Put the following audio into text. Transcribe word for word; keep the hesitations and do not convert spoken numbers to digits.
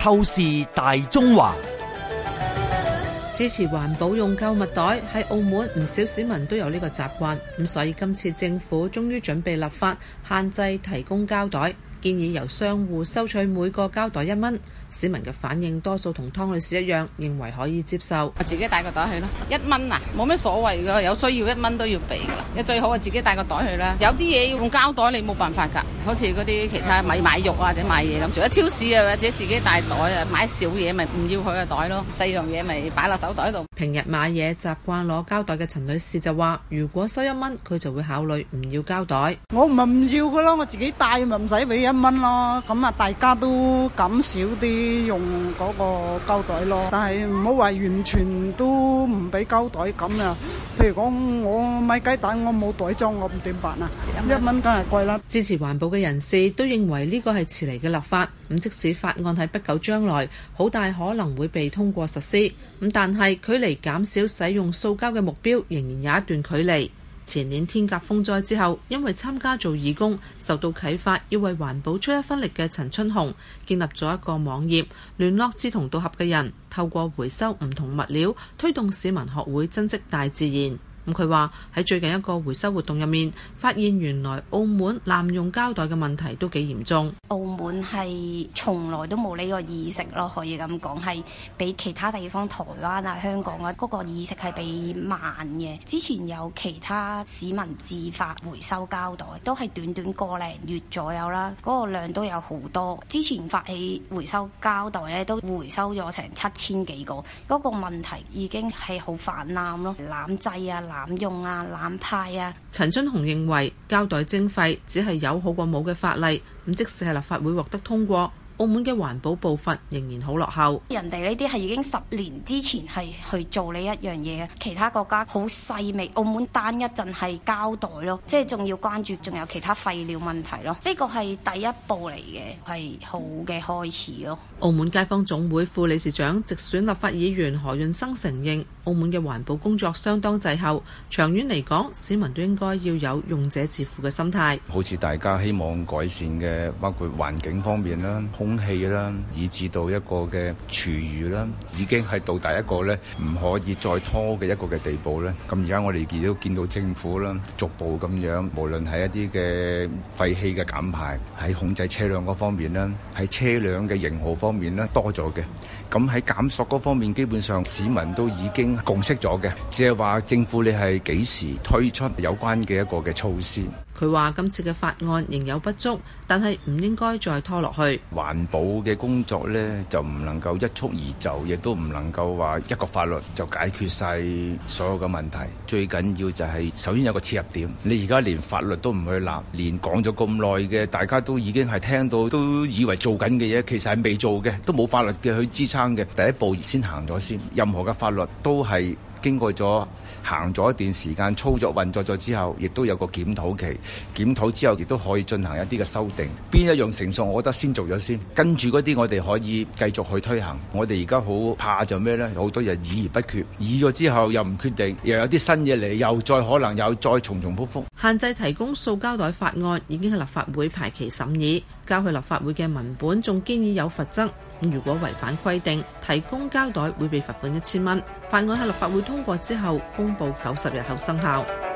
透視大中華。 支持環保用購物袋，喺澳門唔少市民都有呢個習慣，咁所以今次政府終於準備立法限制提供膠袋，建議由商戶收取每個膠袋一蚊。市民嘅反應多數同湯女士一樣，認為可以接受。 我自己帶個袋去咯，一蚊啊，冇咩所謂噶，有需要一蚊都要俾噶啦。你最好啊，自己帶個袋去啦。有啲嘢要用膠袋，你冇辦法噶，好似嗰啲其他買買肉啊或者買嘢咁，除咗超市啊或者自己帶袋啊，買少嘢咪唔要佢個袋咯，細樣嘢咪擺落手袋度。 平日買嘢習慣攞膠袋嘅陳女士就話，如果收一蚊，佢就會考慮唔要膠袋。 我唔係唔要噶咯，我自己帶咪唔使俾一蚊咯。咁啊，大家都減少啲用嗰個膠袋咯，但係唔好話完全都唔俾膠袋咁啊。譬如講我買雞蛋，我冇袋裝，我唔點辦啊？一蚊梗係貴啦。 支持環保嘅人士都認為呢個係遲嚟嘅立法，咁即使法案喺不久將來好大可能會被通過實施，咁但係距離減少使用塑膠嘅目標仍然有一段距離。前年天鴿風災之後，因為參加做義工，受到啟發要為環保出一分力嘅陳春紅，建立咗一個網頁，聯絡志同道合嘅人，透過回收唔同物料，推動市民學會珍惜大自然。咁佢話喺最近一個回收活動入面，發現原來澳門濫用膠袋嘅問題都幾嚴重。 澳門係從來都冇呢個意識咯，可以咁講，係比其他地方台灣啊、香港啊嗰個意識係比慢嘅。之前有其他市民自發回收膠袋，都係短短個零月左右啦，嗰個量都有好多。之前發起回收膠袋咧，都回收咗成七千幾個，嗰個問題已經係好泛濫咯，濫製啊、濫用啊、濫派啊。 陳春紅認為膠袋徵費只係有好過冇嘅法例，咁即使係立法會獲得通過，澳門嘅環保步伐仍然好落後。 人哋呢啲係已經十年之前係去做呢一樣嘢，其他國家好細微，澳門單一陣係膠袋咯，即係仲要關注仲有其他廢料問題咯。呢個係第一步嚟嘅，係好嘅開始咯。 澳門街坊總會副理事長、直選立法議員何潤生承認，澳門嘅環保工作相當滯後，長遠嚟講，市民都應該要有用者自負嘅心態。 好似大家希望改善嘅，包括環境方面啦、空氣啦，以至到一個嘅廚餘啦，已經係到達一個咧唔可以再拖嘅一個嘅地步咧。咁而家我哋亦都見到政府啦，逐步咁樣，無論係一啲嘅廢氣嘅減排，喺控制車輛嗰方面啦，喺車輛嘅型號方面咧多咗嘅。咁喺減塑嗰方面，基本上市民都已經共識咗嘅，只係話政府你係幾時推出有關嘅一個嘅措施。 佢話今次嘅法案仍有不足，但係唔應該再拖落去。 環保嘅工作呢，就唔能夠一蹴而就，亦都唔能夠話一個法律就解決晒所有嘅問題。最緊要就係首先有個切入點。你而家連法律都唔去立，連講咗咁耐嘅，大家都已經係聽到，都以為做緊嘅嘢，其實係未做嘅，都冇法律嘅去支撐嘅。第一步先行咗先。任何嘅法律都係經過咗行咗一段時間操作運作咗之後，亦都有個檢討期，檢討之後亦都可以進行一啲嘅修訂。邊一樣成熟，我覺得先做咗先，跟住嗰啲我哋可以繼續去推行。我哋而家好怕就咩呢？好多人議而不決，議咗之後又唔決定，又有啲新嘢嚟，又再可能又再重重複複。 限制提供塑膠袋法案已經喺立法會排期審議，交去立法會嘅文本仲建議有罰則。咁如果違反規定，提供膠袋會被罰款一千蚊。法案喺立法會通過之後，公佈九十日後生效。